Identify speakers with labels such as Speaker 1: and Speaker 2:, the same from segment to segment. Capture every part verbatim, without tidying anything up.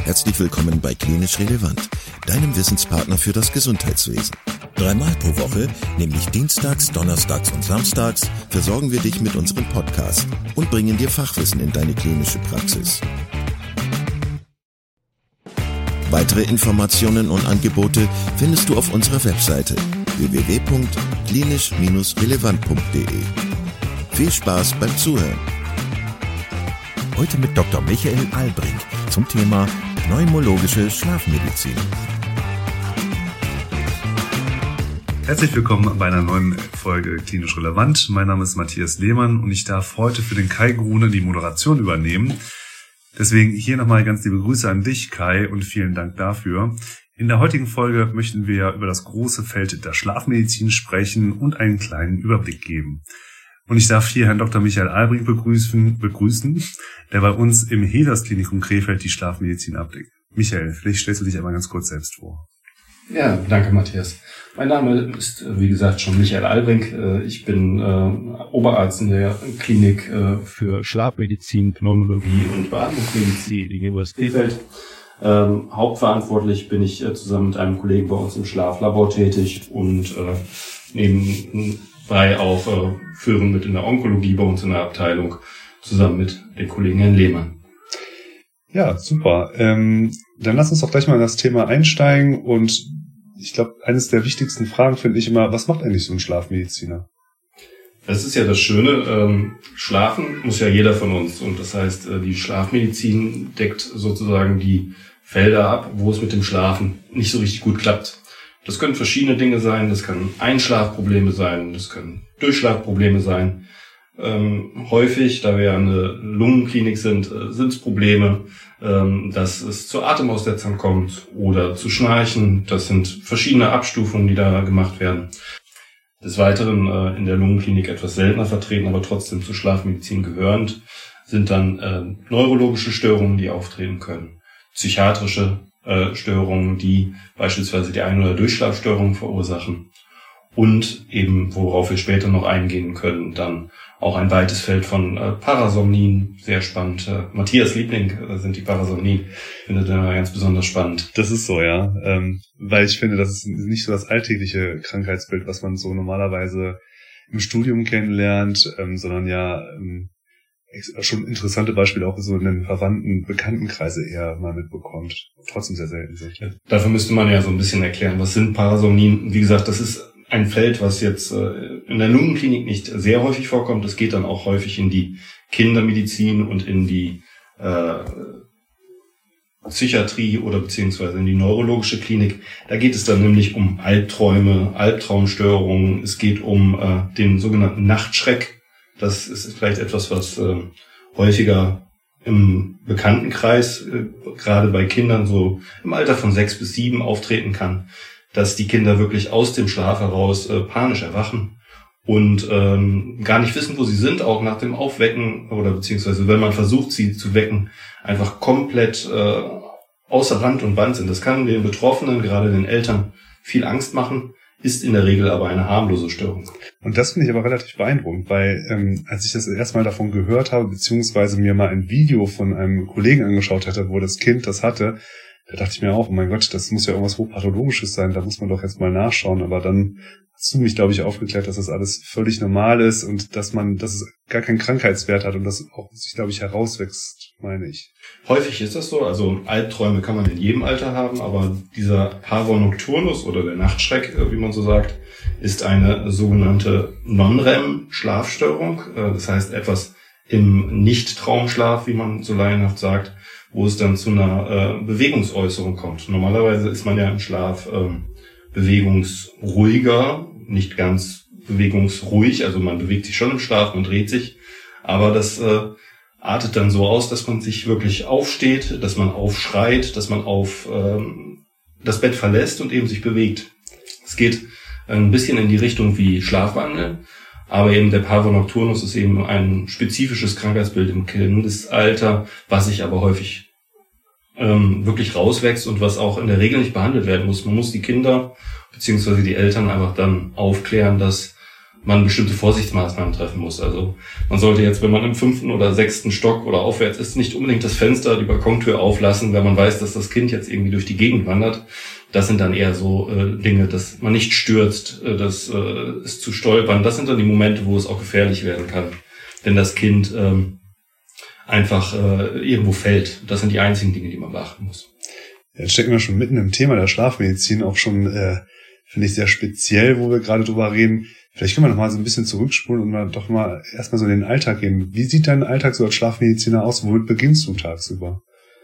Speaker 1: Herzlich willkommen bei Klinisch Relevant, deinem Wissenspartner für das Gesundheitswesen. Dreimal pro Woche, nämlich dienstags, donnerstags und samstags, versorgen wir dich mit unserem Podcast und bringen dir Fachwissen in deine klinische Praxis. Weitere Informationen und Angebote findest du auf unserer Webseite w w w punkt klinisch relevant punkt d e. Viel Spaß beim Zuhören. Heute mit Doktor Michael Albrink zum Thema pneumologische Schlafmedizin.
Speaker 2: Herzlich willkommen bei einer neuen Folge Klinisch Relevant. Mein Name ist Matthias Lehmann und ich darf heute für den Kai Grune die Moderation übernehmen. Deswegen hier nochmal ganz liebe Grüße an dich, Kai, und vielen Dank dafür. In der heutigen Folge möchten wir über das große Feld der Schlafmedizin sprechen und einen kleinen Überblick geben. Und ich darf hier Herrn Doktor Michael Albrink begrüßen, begrüßen, der bei uns im Heders-Klinikum Krefeld die Schlafmedizin abdeckt. Michael, vielleicht stellst du dich einmal ganz kurz selbst vor.
Speaker 3: Ja, danke Matthias. Mein Name ist, wie gesagt, schon Michael Albrink. Ich bin äh, Oberarzt in der Klinik äh, für Schlafmedizin, Pneumologie und Beatmungsmedizin der Universität Krefeld. Ähm, hauptverantwortlich bin ich äh, zusammen mit einem Kollegen bei uns im Schlaflabor tätig und äh, nebenbei auch äh, führen mit in der Onkologie bei uns in der Abteilung zusammen mit dem Kollegen Herrn Lehmann.
Speaker 2: Ja, super. Ähm, dann lass uns doch gleich mal in das Thema einsteigen und ich glaube, eines der wichtigsten Fragen finde ich immer, was macht eigentlich so ein Schlafmediziner?
Speaker 3: Das ist ja das Schöne, ähm, schlafen muss ja jeder von uns und das heißt, äh, die Schlafmedizin deckt sozusagen die Felder ab, wo es mit dem Schlafen nicht so richtig gut klappt. Das können verschiedene Dinge sein, das können Einschlafprobleme sein, das können Durchschlafprobleme sein. Ähm, häufig, da wir ja eine Lungenklinik sind, äh, sind es Probleme, ähm, dass es zu Atemaussetzern kommt oder zu Schnarchen. Das sind verschiedene Abstufungen, die da gemacht werden. Des Weiteren äh, in der Lungenklinik etwas seltener vertreten, aber trotzdem zur Schlafmedizin gehörend, sind dann äh, neurologische Störungen, die auftreten können, psychiatrische äh, Störungen, die beispielsweise die Ein- oder Durchschlafstörungen verursachen und eben, worauf wir später noch eingehen können, dann auch ein weites Feld von äh, Parasomnien, sehr spannend. Äh, Matthias' Liebling äh, sind die Parasomnien, findet er ganz besonders spannend.
Speaker 2: Das ist so, ja, ähm, weil ich finde, das ist nicht so das alltägliche Krankheitsbild, was man so normalerweise im Studium kennenlernt, ähm, sondern ja ähm, schon interessante Beispiele auch so in den verwandten Bekanntenkreise eher mal mitbekommt. Trotzdem sehr selten sind.
Speaker 3: Ja, dafür müsste man ja so ein bisschen erklären, was sind Parasomnien. Wie gesagt, das ist ein Feld, was jetzt äh, in der Lungenklinik nicht sehr häufig vorkommt. Es geht dann auch häufig in die Kindermedizin und in die äh, Psychiatrie oder beziehungsweise in die neurologische Klinik. Da geht es dann nämlich um Albträume, Albtraumstörungen. Es geht um äh, den sogenannten Nachtschreck. Das ist vielleicht etwas, was äh, häufiger im Bekanntenkreis, äh, gerade bei Kindern so im Alter von sechs bis sieben auftreten kann, dass die Kinder wirklich aus dem Schlaf heraus äh, panisch erwachen und ähm, gar nicht wissen, wo sie sind, auch nach dem Aufwecken oder beziehungsweise wenn man versucht, sie zu wecken, einfach komplett äh, außer Rand und Band sind. Das kann den Betroffenen, gerade den Eltern, viel Angst machen, ist in der Regel aber eine harmlose Störung.
Speaker 2: Und das finde ich aber relativ beeindruckend, weil ähm, als ich das erstmal davon gehört habe, beziehungsweise mir mal ein Video von einem Kollegen angeschaut hatte, wo das Kind das hatte, da dachte ich mir auch, oh mein Gott, das muss ja irgendwas Hochpathologisches sein, da muss man doch jetzt mal nachschauen. Aber dann hast du mich, glaube ich, aufgeklärt, dass das alles völlig normal ist und dass man, dass es gar keinen Krankheitswert hat und das auch sich, glaube ich, herauswächst, meine ich.
Speaker 3: Häufig ist das so, also Albträume kann man in jedem Alter haben, aber dieser Pavor nocturnus oder der Nachtschreck, wie man so sagt, ist eine sogenannte Non-R E M-Schlafstörung. Das heißt etwas im Nicht-Traumschlaf, wie man so laienhaft sagt, wo es dann zu einer äh, Bewegungsäußerung kommt. Normalerweise ist man ja im Schlaf ähm, bewegungsruhiger, nicht ganz bewegungsruhig, also man bewegt sich schon im Schlaf, man dreht sich, aber das äh, artet dann so aus, dass man sich wirklich aufsteht, dass man aufschreit, dass man auf ähm, das Bett verlässt und eben sich bewegt. Es geht ein bisschen in die Richtung wie Schlafwandel, aber eben der Pavor nocturnus ist eben ein spezifisches Krankheitsbild im Kindesalter, was sich aber häufig ähm, wirklich rauswächst und was auch in der Regel nicht behandelt werden muss. Man muss die Kinder beziehungsweise die Eltern einfach dann aufklären, dass man bestimmte Vorsichtsmaßnahmen treffen muss. Also man sollte jetzt, wenn man im fünften oder sechsten Stock oder aufwärts ist, nicht unbedingt das Fenster, die Balkontür auflassen, wenn man weiß, dass das Kind jetzt irgendwie durch die Gegend wandert. Das sind dann eher so äh, Dinge, dass man nicht stürzt, äh, dass äh, es zu stolpern. Das sind dann die Momente, wo es auch gefährlich werden kann, wenn das Kind ähm, einfach äh, irgendwo fällt. Das sind die einzigen Dinge, die man beachten muss.
Speaker 2: Jetzt stecken wir schon mitten im Thema der Schlafmedizin, auch schon, äh, finde ich, sehr speziell, wo wir gerade drüber reden. Vielleicht können wir noch mal so ein bisschen zurückspulen und mal doch mal erstmal so in den Alltag gehen. Wie sieht dein Alltag so als Schlafmediziner aus? Womit beginnst du tagsüber?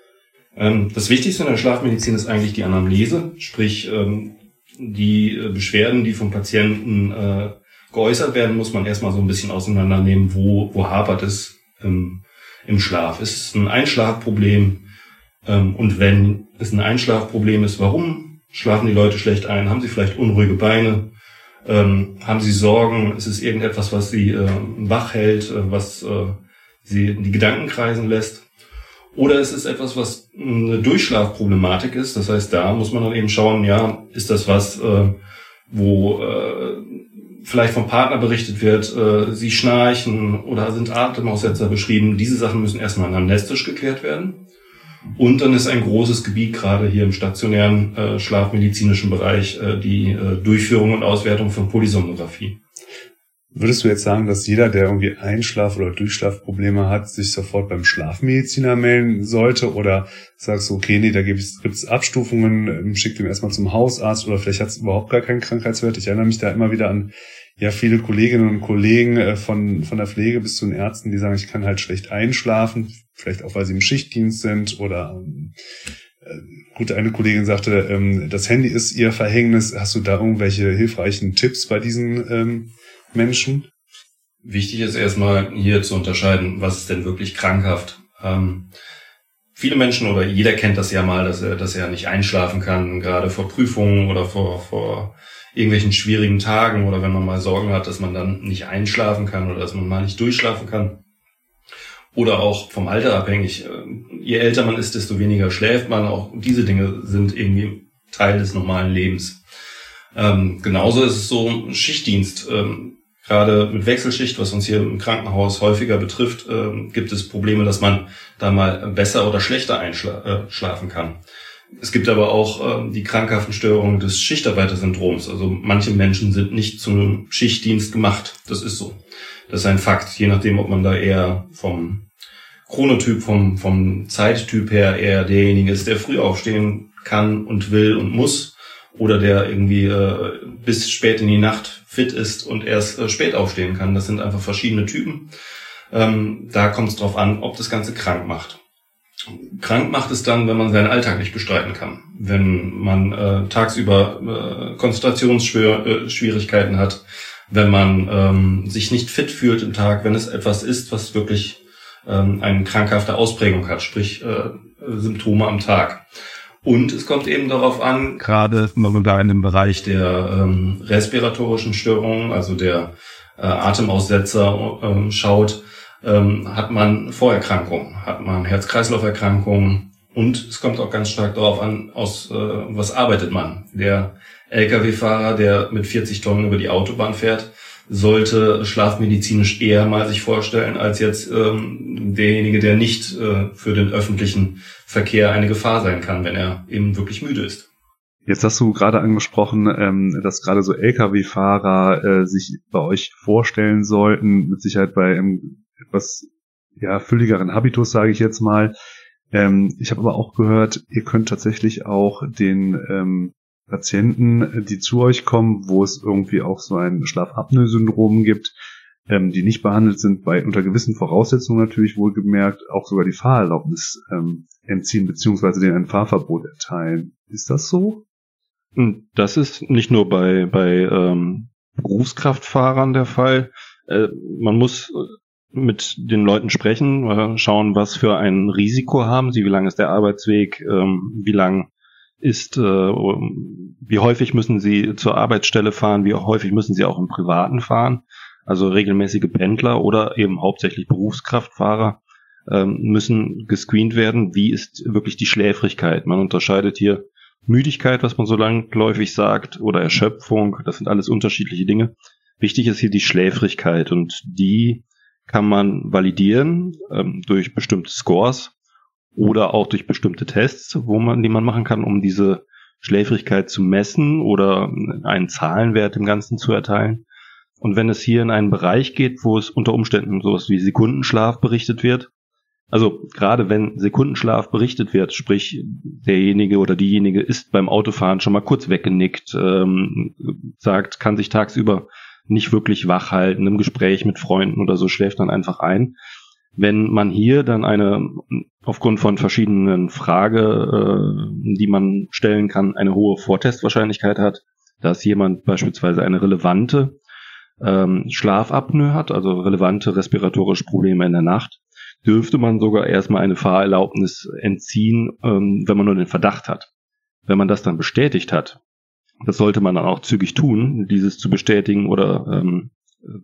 Speaker 3: Ähm, das Wichtigste in der Schlafmedizin ist eigentlich die Anamnese, sprich ähm, die äh, Beschwerden, die vom Patienten äh, geäußert werden, muss man erstmal so ein bisschen auseinandernehmen, wo, wo hapert es ähm, im Schlaf. Ist es ein Einschlafproblem? Ähm, und wenn es ein Einschlafproblem ist, warum schlafen die Leute schlecht ein? Haben sie vielleicht unruhige Beine? Ähm, haben sie Sorgen? Ist es irgendetwas, was sie äh, wach hält, äh, was äh, sie die Gedanken kreisen lässt? Oder ist es etwas, was eine Durchschlafproblematik ist? Das heißt, da muss man dann eben schauen, ja, ist das was, äh, wo äh, vielleicht vom Partner berichtet wird, äh, sie schnarchen oder sind Atemaussetzer beschrieben? Diese Sachen müssen erstmal anamnestisch geklärt werden. Und dann ist ein großes Gebiet, gerade hier im stationären äh, schlafmedizinischen Bereich, äh, die äh, Durchführung und Auswertung von Polysomnographie.
Speaker 2: Würdest du jetzt sagen, dass jeder, der irgendwie Einschlaf- oder Durchschlafprobleme hat, sich sofort beim Schlafmediziner melden sollte? Oder sagst du, okay, nee, da gibt es Abstufungen, schickt ihn erstmal zum Hausarzt oder vielleicht hat es überhaupt gar keinen Krankheitswert? Ich erinnere mich da immer wieder an ja viele Kolleginnen und Kollegen äh, von von der Pflege bis zu den Ärzten, die sagen, ich kann halt schlecht einschlafen, vielleicht auch, weil sie im Schichtdienst sind oder ähm, äh, gut, eine Kollegin sagte, ähm, das Handy ist ihr Verhängnis. Hast du da irgendwelche hilfreichen Tipps bei diesen ähm, Menschen?
Speaker 3: Wichtig ist erstmal hier zu unterscheiden, was ist denn wirklich krankhaft. Ähm, viele Menschen oder jeder kennt das ja mal, dass er, dass er nicht einschlafen kann, gerade vor Prüfungen oder vor, vor irgendwelchen schwierigen Tagen oder wenn man mal Sorgen hat, dass man dann nicht einschlafen kann oder dass man mal nicht durchschlafen kann. Oder auch vom Alter abhängig. Je älter man ist, desto weniger schläft man. Auch diese Dinge sind irgendwie Teil des normalen Lebens. Ähm, genauso ist es so Schichtdienst. Ähm, Gerade mit Wechselschicht, was uns hier im Krankenhaus häufiger betrifft, äh, gibt es Probleme, dass man da mal besser oder schlechter einschlafen kann. Es gibt aber auch äh, die krankhaften Störungen des Schichtarbeitersyndroms. Also manche Menschen sind nicht zum Schichtdienst gemacht. Das ist so. Das ist ein Fakt. Je nachdem, ob man da eher vom Chronotyp, vom, vom Zeittyp her eher derjenige ist, der früh aufstehen kann und will und muss. Oder der irgendwie äh, bis spät in die Nacht fit ist und erst äh, spät aufstehen kann. Das sind einfach verschiedene Typen. Ähm, da kommt es drauf an, ob das Ganze krank macht. Krank macht es dann, wenn man seinen Alltag nicht bestreiten kann. Wenn man äh, tagsüber äh, Konzentrationsschwierigkeiten hat, wenn man ähm, sich nicht fit fühlt im Tag, wenn es etwas ist, was wirklich ähm, eine krankhafte Ausprägung hat, sprich äh, Symptome am Tag. Und es kommt eben darauf an, gerade wenn man da in dem Bereich der ähm, respiratorischen Störungen, also der äh, Atemaussetzer ähm, schaut, ähm, hat man Vorerkrankungen, hat man Herz-Kreislauf-Erkrankungen und es kommt auch ganz stark darauf an, aus äh, was arbeitet man. Der L K W-Fahrer, der mit vierzig Tonnen über die Autobahn fährt, sollte schlafmedizinisch eher mal sich vorstellen, als jetzt ähm, derjenige, der nicht äh, für den öffentlichen Verkehr eine Gefahr sein kann, wenn er eben wirklich müde ist.
Speaker 2: Jetzt hast du gerade angesprochen, ähm, dass gerade so L K W-Fahrer äh, sich bei euch vorstellen sollten, mit Sicherheit bei einem etwas ja fülligeren Habitus, sage ich jetzt mal. Ähm, ich habe aber auch gehört, ihr könnt tatsächlich auch den ähm, Patienten, die zu euch kommen, wo es irgendwie auch so ein Schlafapnoe-Syndrom gibt, ähm, die nicht behandelt sind, bei unter gewissen Voraussetzungen natürlich wohlgemerkt, auch sogar die Fahrerlaubnis ähm, entziehen, beziehungsweise denen ein Fahrverbot erteilen. Ist das so?
Speaker 4: Das ist nicht nur bei, bei ähm, Berufskraftfahrern der Fall. Äh, man muss mit den Leuten sprechen, äh, schauen, was für ein Risiko haben sie, wie lang ist der Arbeitsweg, ähm, wie lang ist, äh, wie häufig müssen sie zur Arbeitsstelle fahren, wie häufig müssen sie auch im Privaten fahren. Also regelmäßige Pendler oder eben hauptsächlich Berufskraftfahrer ähm, müssen gescreent werden. Wie ist wirklich die Schläfrigkeit? Man unterscheidet hier Müdigkeit, was man so langläufig sagt, oder Erschöpfung. Das sind alles unterschiedliche Dinge. Wichtig ist hier die Schläfrigkeit und die kann man validieren ähm, durch bestimmte Scores oder auch durch bestimmte Tests, wo man, die man machen kann, um diese Schläfrigkeit zu messen oder einen Zahlenwert dem Ganzen zu erteilen. Und wenn es hier in einen Bereich geht, wo es unter Umständen sowas wie Sekundenschlaf berichtet wird, also gerade wenn Sekundenschlaf berichtet wird, sprich derjenige oder diejenige ist beim Autofahren schon mal kurz weggenickt, ähm, sagt, kann sich tagsüber nicht wirklich wach halten, im Gespräch mit Freunden oder so, schläft dann einfach ein. Wenn man hier dann eine, aufgrund von verschiedenen Fragen, äh, die man stellen kann, eine hohe Vortestwahrscheinlichkeit hat, dass jemand beispielsweise eine relevante ähm, Schlafapnoe hat, also relevante respiratorische Probleme in der Nacht, dürfte man sogar erstmal eine Fahrerlaubnis entziehen, ähm, wenn man nur den Verdacht hat. Wenn man das dann bestätigt hat, das sollte man dann auch zügig tun, dieses zu bestätigen oder ähm,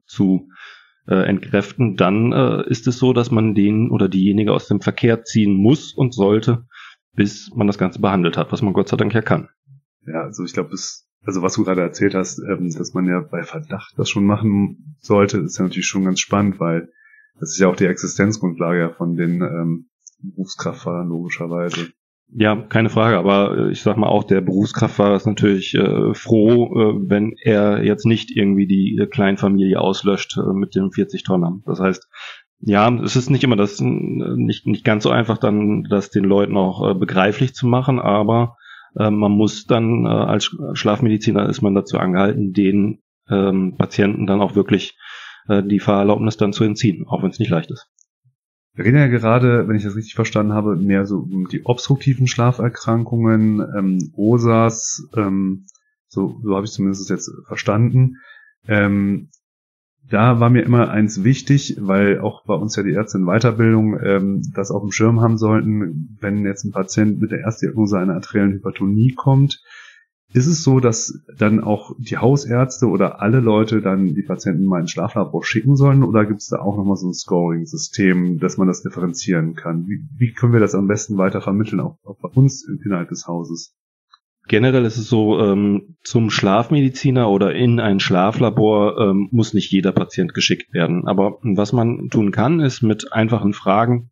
Speaker 4: zu äh, entkräften, dann äh, ist es so, dass man den oder diejenige aus dem Verkehr ziehen muss und sollte, bis man das Ganze behandelt hat, was man Gott sei Dank ja kann.
Speaker 2: Ja, also ich glaube, also was du gerade erzählt hast, ähm, dass man ja bei Verdacht das schon machen sollte, ist ja natürlich schon ganz spannend, weil das ist ja auch die Existenzgrundlage von den ähm, Berufskraftfahrern logischerweise.
Speaker 4: Ja, keine Frage, aber ich sag mal auch, der Berufskraftfahrer ist natürlich äh, froh, äh, wenn er jetzt nicht irgendwie die äh, Kleinfamilie auslöscht äh, mit dem vierzig Tonner. Das heißt, ja, es ist nicht immer das, nicht nicht ganz so einfach dann, das den Leuten auch äh, begreiflich zu machen, aber äh, man muss dann äh, als Schlafmediziner ist man dazu angehalten, den ähm, Patienten dann auch wirklich äh, die Fahrerlaubnis dann zu entziehen, auch wenn es nicht leicht ist.
Speaker 2: Wir reden ja gerade, wenn ich das richtig verstanden habe, mehr so um die obstruktiven Schlaferkrankungen, ähm, O S A S, ähm, so, so habe ich zumindest jetzt verstanden. Ähm, da war mir immer eins wichtig, weil auch bei uns ja die Ärzte in Weiterbildung ähm, das auf dem Schirm haben sollten, wenn jetzt ein Patient mit der Erstdiagnose einer arteriellen Hypertonie kommt, ist es so, dass dann auch die Hausärzte oder alle Leute dann die Patienten mal ins Schlaflabor schicken sollen, oder gibt es da auch nochmal so ein Scoring-System, dass man das differenzieren kann? Wie, wie können wir das am besten weiter vermitteln, auch, auch bei uns innerhalb des Hauses?
Speaker 4: Generell ist es so, ähm, zum Schlafmediziner oder in ein Schlaflabor ähm, muss nicht jeder Patient geschickt werden. Aber was man tun kann, ist mit einfachen Fragen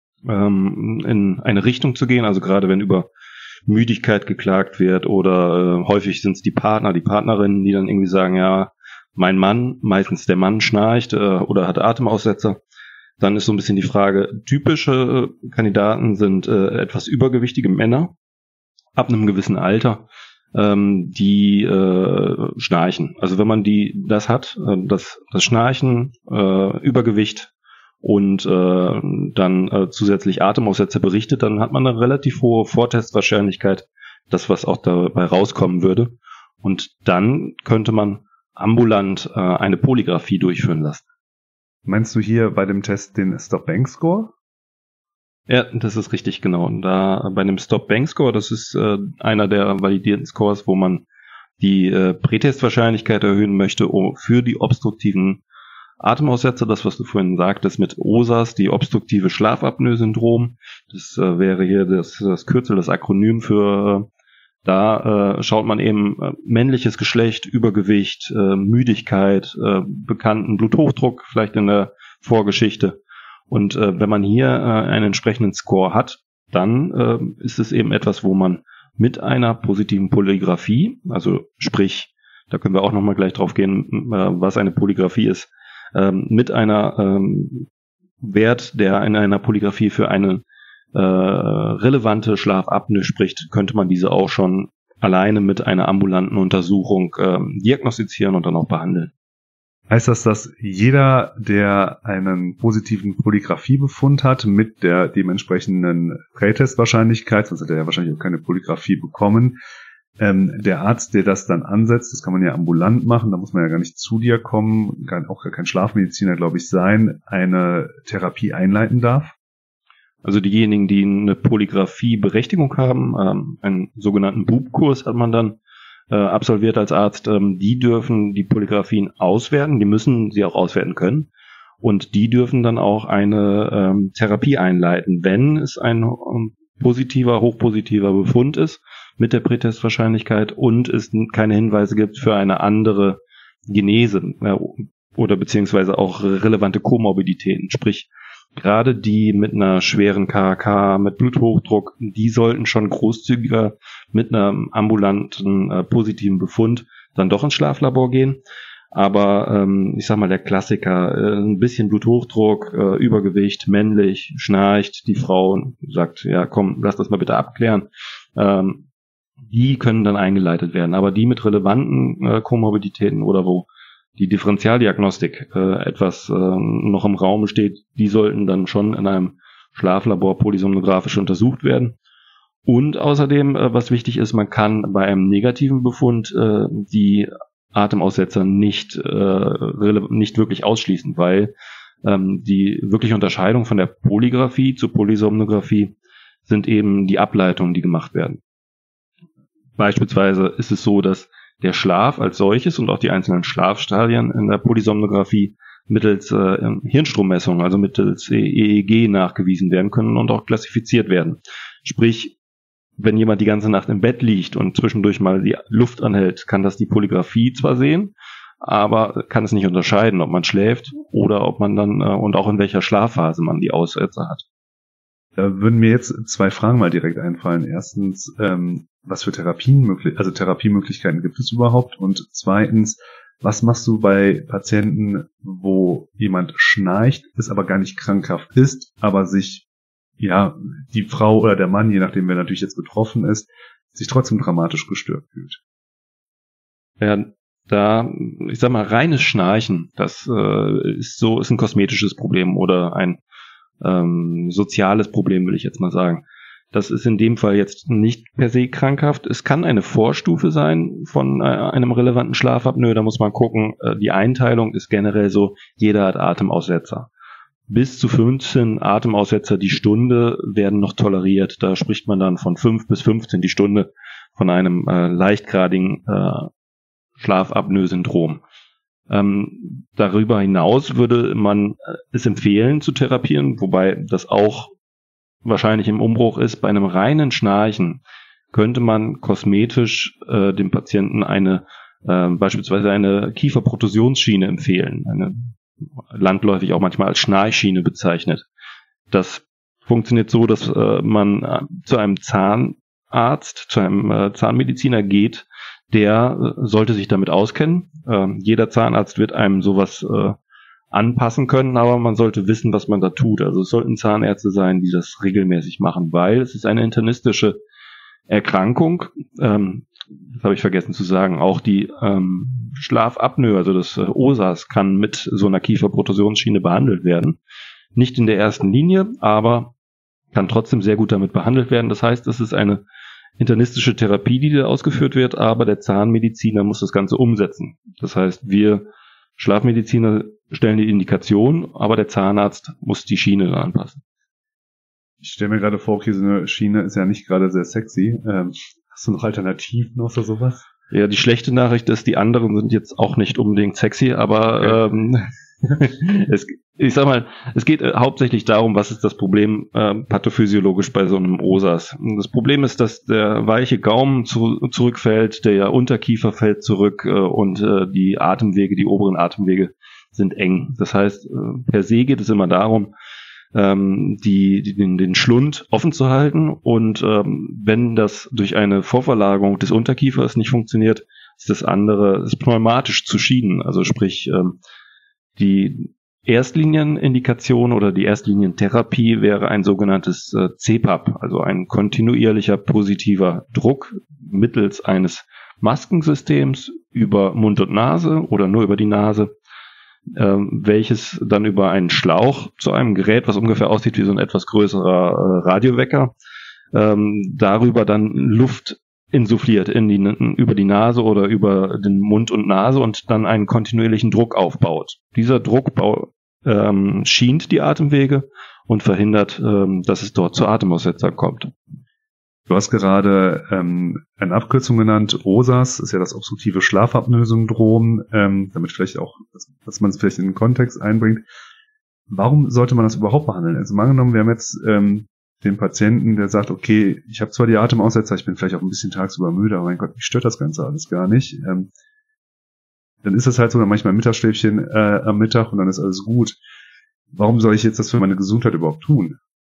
Speaker 4: ähm, in eine Richtung zu gehen, also gerade wenn über Müdigkeit geklagt wird oder äh, häufig sind es die Partner, die Partnerinnen, die dann irgendwie sagen, ja, mein Mann, meistens der Mann schnarcht äh, oder hat Atemaussetzer. Dann ist so ein bisschen die Frage, typische Kandidaten sind äh, etwas übergewichtige Männer ab einem gewissen Alter, ähm, die äh, schnarchen. Also wenn man die das hat, äh, das, das Schnarchen, äh, Übergewicht und äh, dann äh, zusätzlich Atemaussetzer berichtet, dann hat man eine relativ hohe Vortestwahrscheinlichkeit, das was auch dabei rauskommen würde. Und dann könnte man ambulant äh, eine Polygraphie durchführen lassen.
Speaker 2: Meinst du hier bei dem Test den Stop-Bank-Score?
Speaker 4: Ja, das ist richtig, genau. Und da bei dem Stop-Bank-Score, das ist äh, einer der validierten Scores, wo man die äh, Prätestwahrscheinlichkeit erhöhen möchte um, für die obstruktiven Atemaussetzer, das, was du vorhin sagtest mit O S A S, die obstruktive Schlafapnoe-Syndrom. Das äh, wäre hier das, das Kürzel, das Akronym für, äh, da äh, schaut man eben äh, männliches Geschlecht, Übergewicht, äh, Müdigkeit, äh, bekannten Bluthochdruck, vielleicht in der Vorgeschichte. Und äh, wenn man hier äh, einen entsprechenden Score hat, dann äh, ist es eben etwas, wo man mit einer positiven Polygraphie, also sprich, da können wir auch nochmal gleich drauf gehen, äh, was eine Polygraphie ist, ähm, mit einer ähm, Wert, der in einer Polygraphie für eine äh, relevante Schlafapnoe spricht, könnte man diese auch schon alleine mit einer ambulanten Untersuchung äh, diagnostizieren und dann auch behandeln.
Speaker 2: Heißt das, dass jeder, der einen positiven Polygraphiebefund hat mit der dementsprechenden Prätestwahrscheinlichkeit, sonst hätte er ja wahrscheinlich auch keine Polygraphie bekommen, ähm, der Arzt, der das dann ansetzt, das kann man ja ambulant machen, da muss man ja gar nicht zu dir kommen, kann auch gar kein Schlafmediziner, glaube ich, sein, eine Therapie einleiten darf?
Speaker 4: Also diejenigen, die eine Polygraphie-Berechtigung haben, ähm, einen sogenannten B U B-Kurs hat man dann äh, absolviert als Arzt, ähm, die dürfen die Polygraphien auswerten, die müssen sie auch auswerten können und die dürfen dann auch eine ähm, Therapie einleiten, wenn es ein um, positiver, hochpositiver Befund ist mit der Prätestwahrscheinlichkeit und es keine Hinweise gibt für eine andere Genese äh, oder beziehungsweise auch relevante Komorbiditäten, sprich gerade die mit einer schweren K H K, mit Bluthochdruck, die sollten schon großzügiger mit einem ambulanten äh, positiven Befund dann doch ins Schlaflabor gehen. Aber ähm, ich sag mal, der Klassiker, äh, ein bisschen Bluthochdruck, äh, Übergewicht, männlich, schnarcht, die Frau sagt, ja komm, lass das mal bitte abklären. Ähm, die können dann eingeleitet werden. Aber die mit relevanten äh, Komorbiditäten oder wo die Differentialdiagnostik äh, etwas äh, noch im Raum steht, die sollten dann schon in einem Schlaflabor polysomnografisch untersucht werden. Und außerdem, äh, was wichtig ist, man kann bei einem negativen Befund äh, die Atemaussetzer nicht äh, rele- nicht wirklich ausschließen, weil ähm, die wirkliche Unterscheidung von der Polygraphie zur Polysomnographie sind eben die Ableitungen, die gemacht werden. Beispielsweise ist es so, dass der Schlaf als solches und auch die einzelnen Schlafstadien in der Polysomnographie mittels äh, Hirnstrommessung, also mittels E E G nachgewiesen werden können und auch klassifiziert werden. Sprich, wenn jemand die ganze Nacht im Bett liegt und zwischendurch mal die Luft anhält, kann das die Polygraphie zwar sehen, aber kann es nicht unterscheiden, ob man schläft oder ob man dann äh, und auch in welcher Schlafphase man die Aussetzer hat.
Speaker 2: Da würden mir jetzt zwei Fragen mal direkt einfallen. Erstens, ähm, was für Therapien möglich, also Therapiemöglichkeiten gibt es überhaupt? Und zweitens, was machst du bei Patienten, wo jemand schnarcht, es aber gar nicht krankhaft ist, aber sich, ja, die Frau oder der Mann, je nachdem wer natürlich jetzt betroffen ist, sich trotzdem dramatisch gestört fühlt?
Speaker 4: Ja, da, ich sag mal, reines Schnarchen, das äh, ist so, ist ein kosmetisches Problem oder ein ähm, soziales Problem, will ich jetzt mal sagen. Das ist in dem Fall jetzt nicht per se krankhaft. Es kann eine Vorstufe sein von äh, einem relevanten Schlafapnoe. Da muss man gucken. Äh, die Einteilung ist generell so, jeder hat Atemaussetzer. Bis zu fünfzehn Atemaussetzer die Stunde werden noch toleriert. Da spricht man dann von fünf bis fünfzehn die Stunde von einem äh, leichtgradigen äh, Schlafapnoe-Syndrom. Ähm, darüber hinaus würde man es empfehlen zu therapieren, wobei das auch wahrscheinlich im Umbruch ist. Bei einem reinen Schnarchen könnte man kosmetisch äh, dem Patienten eine äh, beispielsweise eine Kieferprotusionsschiene empfehlen, eine landläufig auch manchmal als Schnarchschiene bezeichnet. Das funktioniert so, dass äh, man äh, zu einem Zahnarzt, zu einem äh, Zahnmediziner geht, der äh, sollte sich damit auskennen. Äh, jeder Zahnarzt wird einem sowas äh, anpassen können, aber man sollte wissen, was man da tut. Also es sollten Zahnärzte sein, die das regelmäßig machen, weil es ist eine internistische Erkrankung. Ähm, das habe ich vergessen zu sagen. Auch die ähm, Schlafapnoe, also das äh, O S A S, kann mit so einer Kieferprotusionsschiene behandelt werden. Nicht in der ersten Linie, aber kann trotzdem sehr gut damit behandelt werden. Das heißt, es ist eine internistische Therapie, die da ausgeführt wird, aber der Zahnmediziner muss das Ganze umsetzen. Das heißt, wir Schlafmediziner stellen die Indikation, aber der Zahnarzt muss die Schiene dann anpassen.
Speaker 2: Ich stelle mir gerade vor, okay, so eine Schiene ist ja nicht gerade sehr sexy. Ähm, hast du noch Alternativen außer sowas?
Speaker 4: Ja, die schlechte Nachricht ist, die anderen sind jetzt auch nicht unbedingt sexy, aber okay. ähm, es, ich sag mal, es geht äh, hauptsächlich darum, was ist das Problem äh, pathophysiologisch bei so einem O S A S. Das Problem ist, dass der weiche Gaumen zu, zurückfällt, der Unterkiefer fällt zurück äh, und äh, die Atemwege, die oberen Atemwege sind eng. Das heißt, äh, per se geht es immer darum, ähm, die, die, den, den Schlund offen zu halten und ähm, wenn das durch eine Vorverlagerung des Unterkiefers nicht funktioniert, ist das andere, ist pneumatisch zu schienen. Also sprich, ähm, die Erstlinien-Indikation oder die Erstlinientherapie wäre ein sogenanntes äh, C PAP, also ein kontinuierlicher positiver Druck mittels eines Maskensystems über Mund und Nase oder nur über die Nase, äh, welches dann über einen Schlauch zu einem Gerät, was ungefähr aussieht wie so ein etwas größerer äh, Radiowecker, ähm, darüber dann Luft insuffliert in die, über die Nase oder über den Mund und Nase und dann einen kontinuierlichen Druck aufbaut. Dieser Druckbau ähm, schient die Atemwege und verhindert, ähm, dass es dort zu Atemaussetzern kommt.
Speaker 2: Du hast gerade ähm, eine Abkürzung genannt, O S A S, ist ja das obstruktive Schlafapnoe-Syndrom, ähm, damit vielleicht auch, dass, dass man es vielleicht in den Kontext einbringt. Warum sollte man das überhaupt behandeln? Also mal angenommen, wir haben jetzt ähm, den Patienten, der sagt, okay, ich habe zwar die Atemaussetzer, ich bin vielleicht auch ein bisschen tagsüber müde, aber mein Gott, mich stört das Ganze alles gar nicht. Ähm, dann ist das halt so, dann manchmal ein Mittagsschläfchen äh, am Mittag und dann ist alles gut. Warum soll ich jetzt das für meine Gesundheit überhaupt tun?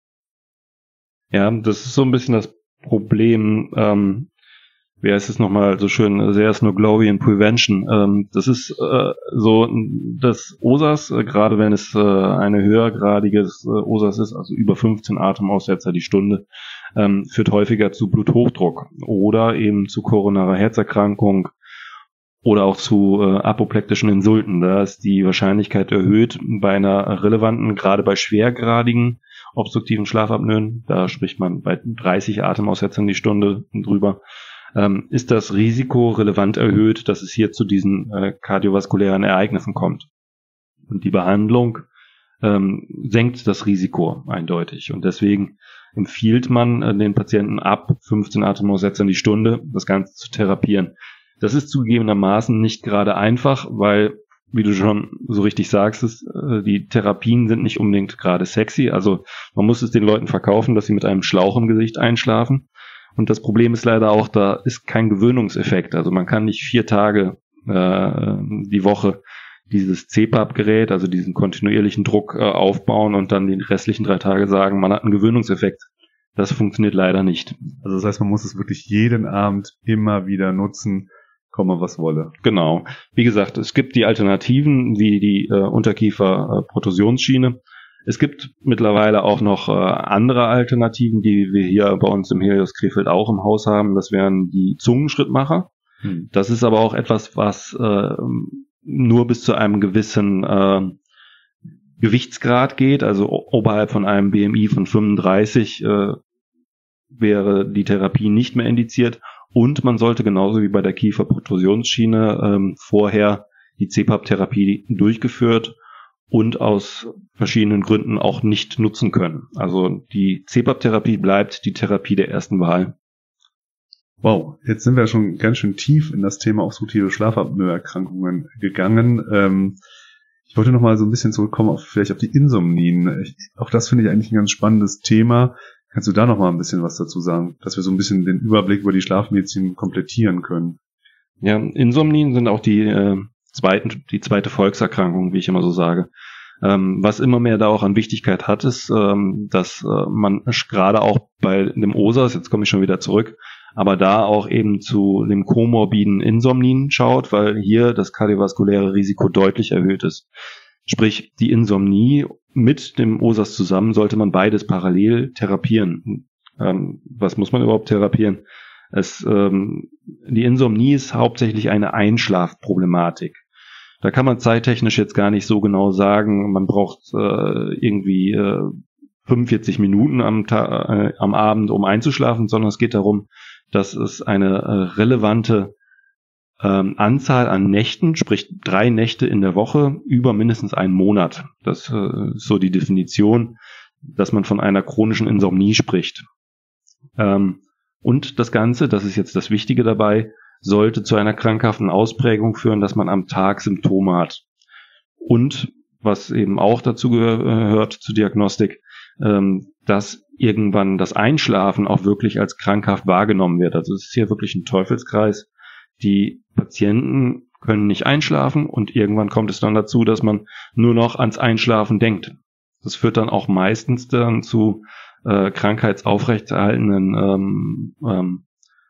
Speaker 4: Ja, das ist so ein bisschen das Problem, ähm, wie heißt es nochmal so schön, there's no glory in prevention. Ähm, das ist äh, so, das O S A S, äh, gerade wenn es äh, eine höhergradiges äh, O S A S ist, also über fünfzehn Atemaussetzer die Stunde, ähm, führt häufiger zu Bluthochdruck oder eben zu koronarer Herzerkrankung oder auch zu äh, apoplektischen Insulten. Da ist die Wahrscheinlichkeit erhöht bei einer relevanten, gerade bei schwergradigen obstruktiven Schlafapnoen, da spricht man bei dreißig Atemaussetzern die Stunde drüber, ähm, ist das Risiko relevant erhöht, dass es hier zu diesen äh, kardiovaskulären Ereignissen kommt. Und die Behandlung ähm, senkt das Risiko eindeutig. Und deswegen empfiehlt man äh, den Patienten ab fünfzehn Atemaussetzern die Stunde das Ganze zu therapieren. Das ist zugegebenermaßen nicht gerade einfach, weil, wie du schon so richtig sagst, ist, äh, die Therapien sind nicht unbedingt gerade sexy. Also man muss es den Leuten verkaufen, dass sie mit einem Schlauch im Gesicht einschlafen. Und das Problem ist leider auch, da ist kein Gewöhnungseffekt. Also man kann nicht vier Tage äh, die Woche dieses C PAP-Gerät, also diesen kontinuierlichen Druck äh, aufbauen und dann die restlichen drei Tage sagen, man hat einen Gewöhnungseffekt. Das funktioniert leider nicht.
Speaker 2: Also das heißt, man muss es wirklich jeden Abend immer wieder nutzen, komme was wolle.
Speaker 4: Genau. Wie gesagt, es gibt die Alternativen wie die äh, Unterkiefer-Protusionsschiene. Es gibt mittlerweile auch noch äh, andere Alternativen, die wir hier bei uns im Helios Krefeld auch im Haus haben. Das wären die Zungenschrittmacher. Hm. Das ist aber auch etwas, was äh, nur bis zu einem gewissen äh, Gewichtsgrad geht. Also oberhalb von einem B M I von fünfunddreißig äh, wäre die Therapie nicht mehr indiziert. Und man sollte genauso wie bei der Kieferprotusionsschiene ähm, vorher die C PAP-Therapie durchgeführt und aus verschiedenen Gründen auch nicht nutzen können. Also die C PAP-Therapie bleibt die Therapie der ersten Wahl.
Speaker 2: Wow, jetzt sind wir schon ganz schön tief in das Thema obstruktive Schlafapnoe-Erkrankungen gegangen. Ähm, ich wollte noch mal so ein bisschen zurückkommen auf vielleicht auf die Insomnien. Ich, auch das finde ich eigentlich ein ganz spannendes Thema. Kannst du da noch mal ein bisschen was dazu sagen, dass wir so ein bisschen den Überblick über die Schlafmedizin komplettieren können?
Speaker 4: Ja, Insomnien sind auch die äh, zweiten, die zweite Volkserkrankung, wie ich immer so sage. Ähm, was immer mehr da auch an Wichtigkeit hat, ist, ähm, dass äh, man gerade auch bei dem O S A S, jetzt komme ich schon wieder zurück, aber da auch eben zu dem komorbiden Insomnien schaut, weil hier das kardiovaskuläre Risiko deutlich erhöht ist. Sprich, die Insomnie mit dem O S A S zusammen sollte man beides parallel therapieren. Ähm, was muss man überhaupt therapieren? Es, ähm, die Insomnie ist hauptsächlich eine Einschlafproblematik. Da kann man zeittechnisch jetzt gar nicht so genau sagen, man braucht äh, irgendwie äh, fünfundvierzig Minuten am, Ta- äh, am Abend, um einzuschlafen, sondern es geht darum, dass es eine äh, relevante ähm, Anzahl an Nächten, sprich drei Nächte in der Woche, über mindestens einen Monat. Das äh, ist so die Definition, dass man von einer chronischen Insomnie spricht. Ähm, und das Ganze, das ist jetzt das Wichtige dabei, sollte zu einer krankhaften Ausprägung führen, dass man am Tag Symptome hat. Und, was eben auch dazu gehört zur Diagnostik, ähm, dass irgendwann das Einschlafen auch wirklich als krankhaft wahrgenommen wird. Also es ist hier wirklich ein Teufelskreis. Die Patienten können nicht einschlafen und irgendwann kommt es dann dazu, dass man nur noch ans Einschlafen denkt. Das führt dann auch meistens dann zu äh, krankheitsaufrechterhaltenden ähm, ähm,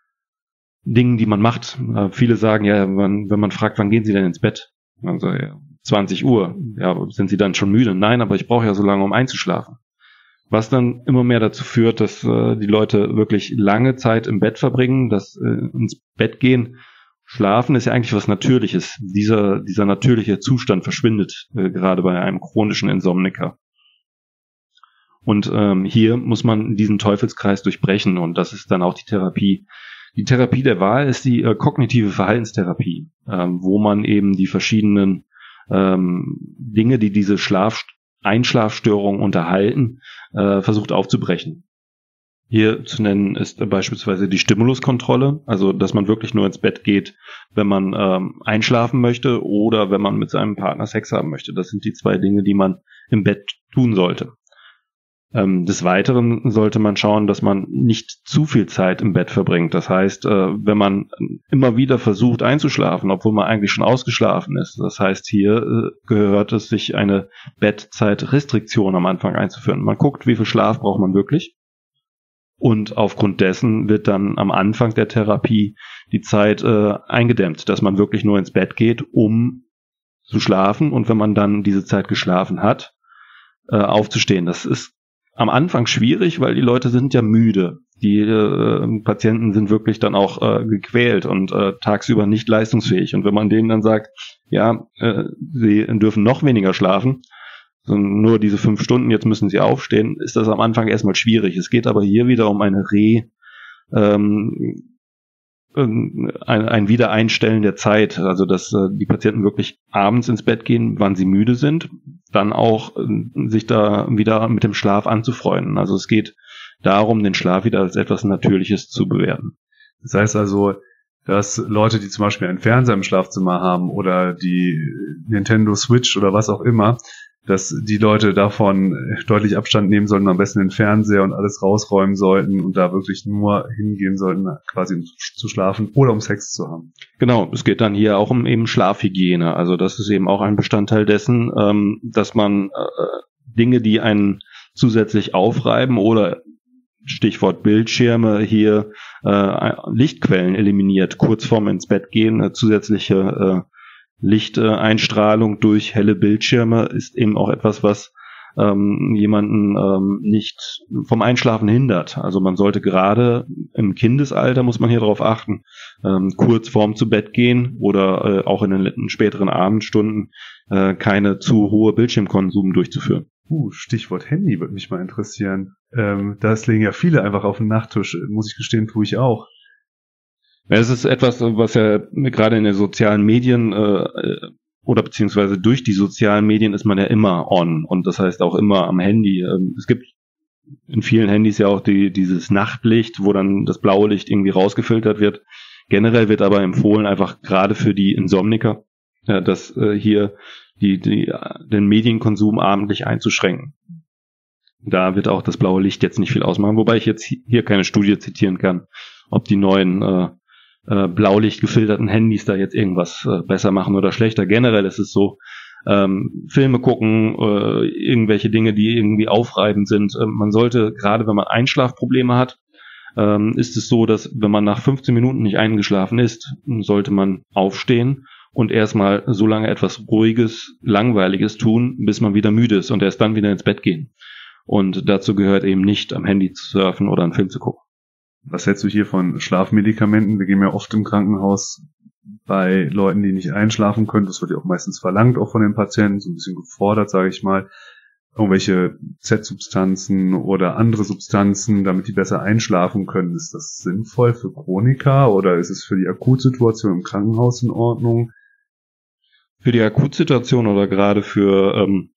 Speaker 4: Dingen, die man macht. Äh, viele sagen ja, wenn, wenn man fragt, wann gehen Sie denn ins Bett? Also ja, zwanzig Uhr. Ja, sind Sie dann schon müde? Nein, aber ich brauche ja so lange, um einzuschlafen. Was dann immer mehr dazu führt, dass äh, die Leute wirklich lange Zeit im Bett verbringen, dass äh, ins Bett gehen. Schlafen ist ja eigentlich was Natürliches. Dieser, dieser natürliche Zustand verschwindet äh, gerade bei einem chronischen Insomniker. Und ähm, hier muss man diesen Teufelskreis durchbrechen und das ist dann auch die Therapie. Die Therapie der Wahl ist die äh, kognitive Verhaltenstherapie, ähm, wo man eben die verschiedenen ähm, Dinge, die diese Schlaf Einschlafstörungen unterhalten, äh, versucht aufzubrechen. Hier zu nennen ist äh, beispielsweise die Stimuluskontrolle, also dass man wirklich nur ins Bett geht, wenn man ähm, einschlafen möchte oder wenn man mit seinem Partner Sex haben möchte. Das sind die zwei Dinge, die man im Bett tun sollte. Ähm, des Weiteren sollte man schauen, dass man nicht zu viel Zeit im Bett verbringt. Das heißt, äh, wenn man immer wieder versucht einzuschlafen, obwohl man eigentlich schon ausgeschlafen ist. Das heißt, hier äh, gehört es sich eine Bettzeitrestriktion am Anfang einzuführen. Man guckt, wie viel Schlaf braucht man wirklich. Und aufgrund dessen wird dann am Anfang der Therapie die Zeit äh, eingedämmt, dass man wirklich nur ins Bett geht, um zu schlafen. Und wenn man dann diese Zeit geschlafen hat, äh, aufzustehen. Das ist am Anfang schwierig, weil die Leute sind ja müde. Die äh, Patienten sind wirklich dann auch äh, gequält und äh, tagsüber nicht leistungsfähig. Und wenn man denen dann sagt, ja, äh, sie dürfen noch weniger schlafen, nur diese fünf Stunden, jetzt müssen sie aufstehen, ist das am Anfang erstmal schwierig. Es geht aber hier wieder um eine Re, ähm, ein, ein Wiedereinstellen der Zeit, also dass äh, die Patienten wirklich abends ins Bett gehen, wann sie müde sind, dann auch äh, sich da wieder mit dem Schlaf anzufreunden. Also es geht darum, den Schlaf wieder als etwas Natürliches zu bewerten.
Speaker 2: Das heißt also, dass Leute, die zum Beispiel einen Fernseher im Schlafzimmer haben oder die Nintendo Switch oder was auch immer, dass die Leute davon deutlich Abstand nehmen sollten, am besten den Fernseher und alles rausräumen sollten und da wirklich nur hingehen sollten, quasi um zu schlafen oder um Sex zu haben.
Speaker 4: Genau, es geht dann hier auch um eben Schlafhygiene. Also das ist eben auch ein Bestandteil dessen, ähm, dass man äh, Dinge, die einen zusätzlich aufreiben oder Stichwort Bildschirme hier äh, Lichtquellen eliminiert, kurz vorm ins Bett gehen, äh, zusätzliche äh, Lichteinstrahlung durch helle Bildschirme ist eben auch etwas, was ähm, jemanden ähm, nicht vom Einschlafen hindert. Also man sollte gerade im Kindesalter, muss man hier darauf achten, ähm, kurz vorm zu Bett gehen oder äh, auch in den späteren Abendstunden äh, keine zu hohe Bildschirmkonsum durchzuführen.
Speaker 2: Uh, Stichwort Handy würde mich mal interessieren. Ähm, das legen ja viele einfach auf den Nachttisch, muss ich gestehen, tue ich auch.
Speaker 4: Es ist etwas, was ja gerade in den sozialen Medien äh, oder beziehungsweise durch die sozialen Medien ist man ja immer on und das heißt auch immer am Handy. Es gibt in vielen Handys ja auch die, dieses Nachtlicht, wo dann das blaue Licht irgendwie rausgefiltert wird. Generell wird aber empfohlen, einfach gerade für die Insomniker, ja, dass äh, hier die, die, den Medienkonsum abendlich einzuschränken. Da wird auch das blaue Licht jetzt nicht viel ausmachen, wobei ich jetzt hier keine Studie zitieren kann, ob die neuen äh, äh, blaulicht gefilterten Handys da jetzt irgendwas äh, besser machen oder schlechter. Generell ist es so, ähm, Filme gucken, äh, irgendwelche Dinge, die irgendwie aufreibend sind. Äh, man sollte, gerade wenn man Einschlafprobleme hat, ähm, ist es so, dass wenn man nach fünfzehn Minuten nicht eingeschlafen ist, sollte man aufstehen und erstmal so lange etwas Ruhiges, Langweiliges tun, bis man wieder müde ist und erst dann wieder ins Bett gehen. Und dazu gehört eben nicht, am Handy zu surfen oder einen Film zu gucken.
Speaker 2: Was hältst du hier von Schlafmedikamenten? Wir gehen ja oft im Krankenhaus bei Leuten, die nicht einschlafen können. Das wird ja auch meistens verlangt, auch von den Patienten, so ein bisschen gefordert, sage ich mal. Irgendwelche Z-Substanzen oder andere Substanzen, damit die besser einschlafen können. Ist das sinnvoll für Chroniker oder ist es für die Akutsituation im Krankenhaus in Ordnung?
Speaker 4: Für die Akutsituation oder gerade für ähm,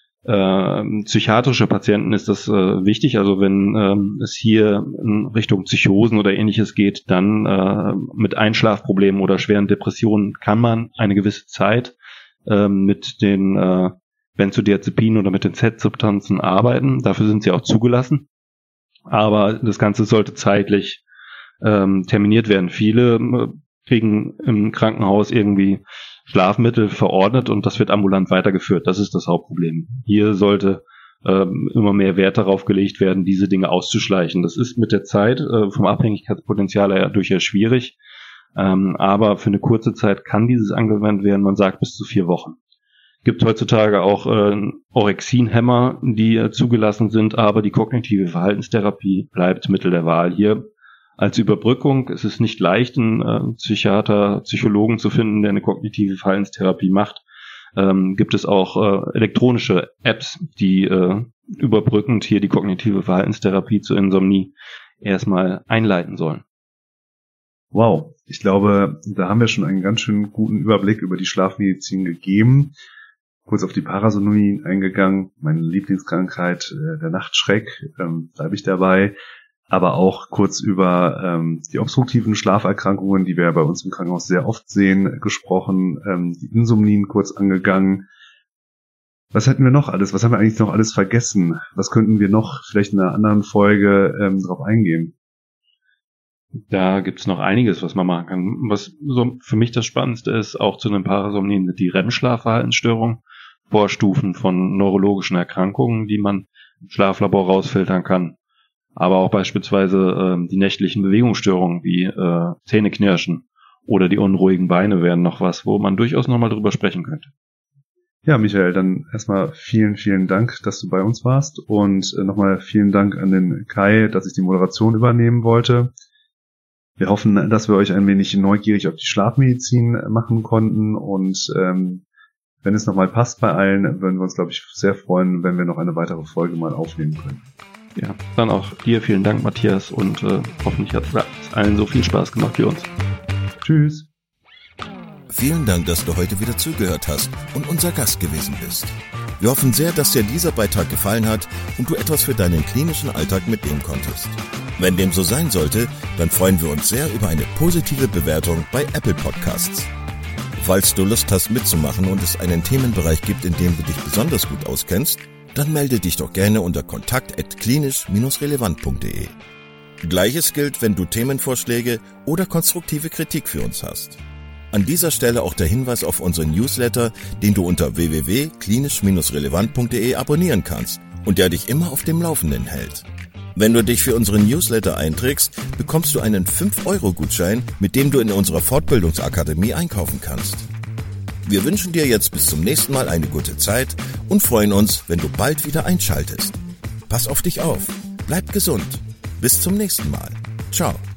Speaker 4: äh, psychiatrische Patienten ist das äh, wichtig. Also wenn ähm, es hier in Richtung Psychosen oder ähnliches geht, dann äh, mit Einschlafproblemen oder schweren Depressionen kann man eine gewisse Zeit äh, mit den äh, Benzodiazepinen oder mit den Z-Substanzen arbeiten. Dafür sind sie auch zugelassen. Aber das Ganze sollte zeitlich ähm, terminiert werden. Viele äh, kriegen im Krankenhaus irgendwie Schlafmittel verordnet und das wird ambulant weitergeführt. Das ist das Hauptproblem. Hier sollte ähm, immer mehr Wert darauf gelegt werden, diese Dinge auszuschleichen. Das ist mit der Zeit äh, vom Abhängigkeitspotenzial her durchaus schwierig, ähm, aber für eine kurze Zeit kann dieses angewendet werden. Man sagt bis zu vier Wochen. Gibt heutzutage auch äh, Orexin-Hämmer, die äh, zugelassen sind, aber die kognitive Verhaltenstherapie bleibt Mittel der Wahl hier. Als Überbrückung ist es nicht leicht, einen äh, Psychiater, Psychologen zu finden, der eine kognitive Verhaltenstherapie macht. Ähm, gibt es auch äh, elektronische Apps, die äh, überbrückend hier die kognitive Verhaltenstherapie zur Insomnie erstmal einleiten sollen.
Speaker 2: Wow, ich glaube, da haben wir schon einen ganz schön guten Überblick über die Schlafmedizin gegeben. Kurz auf die Parasomnie eingegangen, meine Lieblingskrankheit, äh, der Nachtschreck, ähm, bleibe ich dabei. Aber auch kurz über ähm, die obstruktiven Schlaferkrankungen, die wir ja bei uns im Krankenhaus sehr oft sehen, gesprochen, ähm, die Insomnien kurz angegangen. Was hätten wir noch alles? Was haben wir eigentlich noch alles vergessen? Was könnten wir noch vielleicht in einer anderen Folge ähm, drauf eingehen?
Speaker 4: Da gibt's noch einiges, was man machen kann. Was so für mich das Spannendste ist, auch zu einem Parasomnien, die R E M-Schlafverhaltensstörung, Vorstufen von neurologischen Erkrankungen, die man im Schlaflabor rausfiltern kann. Aber auch beispielsweise äh, die nächtlichen Bewegungsstörungen wie äh, Zähneknirschen oder die unruhigen Beine wären noch was, wo man durchaus nochmal drüber sprechen könnte.
Speaker 2: Ja, Michael, dann erstmal vielen, vielen Dank, dass du bei uns warst und äh, nochmal vielen Dank an den Kai, dass ich die Moderation übernehmen wollte. Wir hoffen, dass wir euch ein wenig neugierig auf die Schlafmedizin machen konnten und ähm, wenn es nochmal passt bei allen, würden wir uns, glaube ich, sehr freuen, wenn wir noch eine weitere Folge mal aufnehmen können.
Speaker 4: Ja, dann auch dir vielen Dank, Matthias, und äh, hoffentlich hat es allen so viel Spaß gemacht wie uns.
Speaker 2: Tschüss.
Speaker 1: Vielen Dank, dass du heute wieder zugehört hast und unser Gast gewesen bist. Wir hoffen sehr, dass dir dieser Beitrag gefallen hat und du etwas für deinen klinischen Alltag mitnehmen konntest. Wenn dem so sein sollte, dann freuen wir uns sehr über eine positive Bewertung bei Apple Podcasts. Falls du Lust hast mitzumachen und es einen Themenbereich gibt, in dem du dich besonders gut auskennst, dann melde dich doch gerne unter kontakt at klinisch relevant punkt de. Gleiches gilt, wenn du Themenvorschläge oder konstruktive Kritik für uns hast. An dieser Stelle auch der Hinweis auf unseren Newsletter, den du unter w w w punkt klinisch relevant punkt de abonnieren kannst und der dich immer auf dem Laufenden hält. Wenn du dich für unseren Newsletter einträgst, bekommst du einen fünf Euro Gutschein, mit dem du in unserer Fortbildungsakademie einkaufen kannst. Wir wünschen dir jetzt bis zum nächsten Mal eine gute Zeit und freuen uns, wenn du bald wieder einschaltest. Pass auf dich auf, bleib gesund. Bis zum nächsten Mal. Ciao.